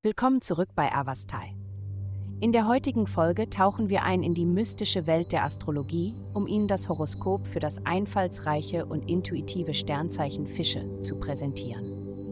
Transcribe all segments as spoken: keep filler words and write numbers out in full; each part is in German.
Willkommen zurück bei Avastai. In der heutigen Folge tauchen wir ein in die mystische Welt der Astrologie, um Ihnen das Horoskop für das einfallsreiche und intuitive Sternzeichen Fische zu präsentieren.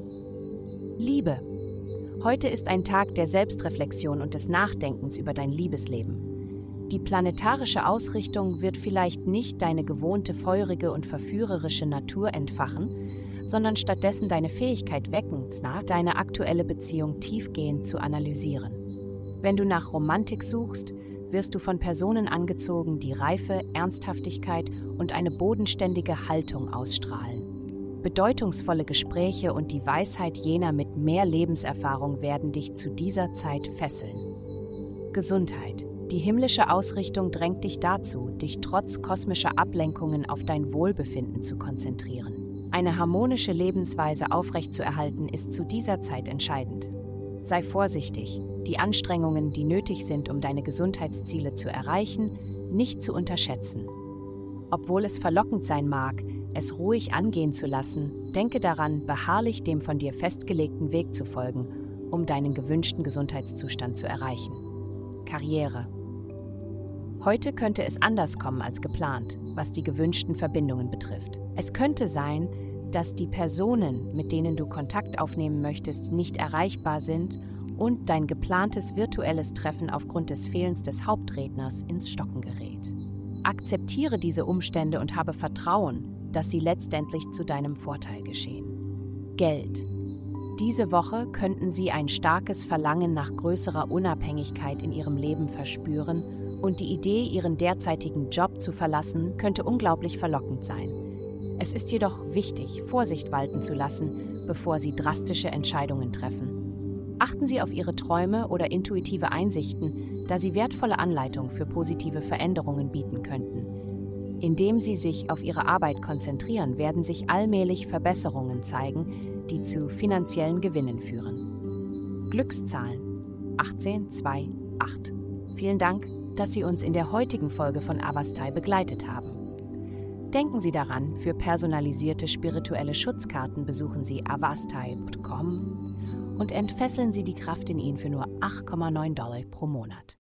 Liebe. Heute ist ein Tag der Selbstreflexion und des Nachdenkens über dein Liebesleben. Die planetarische Ausrichtung wird vielleicht nicht deine gewohnte feurige und verführerische Natur entfachen, sondern stattdessen deine Fähigkeit wecken, deine aktuelle Beziehung tiefgehend zu analysieren. Wenn du nach Romantik suchst, wirst du von Personen angezogen, die Reife, Ernsthaftigkeit und eine bodenständige Haltung ausstrahlen. Bedeutungsvolle Gespräche und die Weisheit jener mit mehr Lebenserfahrung werden dich zu dieser Zeit fesseln. Gesundheit. Die himmlische Ausrichtung drängt dich dazu, dich trotz kosmischer Ablenkungen auf dein Wohlbefinden zu konzentrieren. Eine harmonische Lebensweise aufrechtzuerhalten ist zu dieser Zeit entscheidend. Sei vorsichtig, die Anstrengungen, die nötig sind, um deine Gesundheitsziele zu erreichen, nicht zu unterschätzen. Obwohl es verlockend sein mag, es ruhig angehen zu lassen, denke daran, beharrlich dem von dir festgelegten Weg zu folgen, um deinen gewünschten Gesundheitszustand zu erreichen. Karriere. Heute könnte es anders kommen als geplant, was die gewünschten Verbindungen betrifft. Es könnte sein, dass die Personen, mit denen du Kontakt aufnehmen möchtest, nicht erreichbar sind und dein geplantes virtuelles Treffen aufgrund des Fehlens des Hauptredners ins Stocken gerät. Akzeptiere diese Umstände und habe Vertrauen, dass sie letztendlich zu deinem Vorteil geschehen. Geld. Diese Woche könnten Sie ein starkes Verlangen nach größerer Unabhängigkeit in Ihrem Leben verspüren und die Idee, Ihren derzeitigen Job zu verlassen, könnte unglaublich verlockend sein. Es ist jedoch wichtig, Vorsicht walten zu lassen, bevor Sie drastische Entscheidungen treffen. Achten Sie auf Ihre Träume oder intuitive Einsichten, da sie wertvolle Anleitung für positive Veränderungen bieten könnten. Indem Sie sich auf Ihre Arbeit konzentrieren, werden sich allmählich Verbesserungen zeigen, die zu finanziellen Gewinnen führen. Glückszahlen achtzehn zwei acht. Vielen Dank, dass Sie uns in der heutigen Folge von Avastai begleitet haben. Denken Sie daran, für personalisierte spirituelle Schutzkarten besuchen Sie avastai punkt com und entfesseln Sie die Kraft in Ihnen für nur acht Komma neun Dollar pro Monat.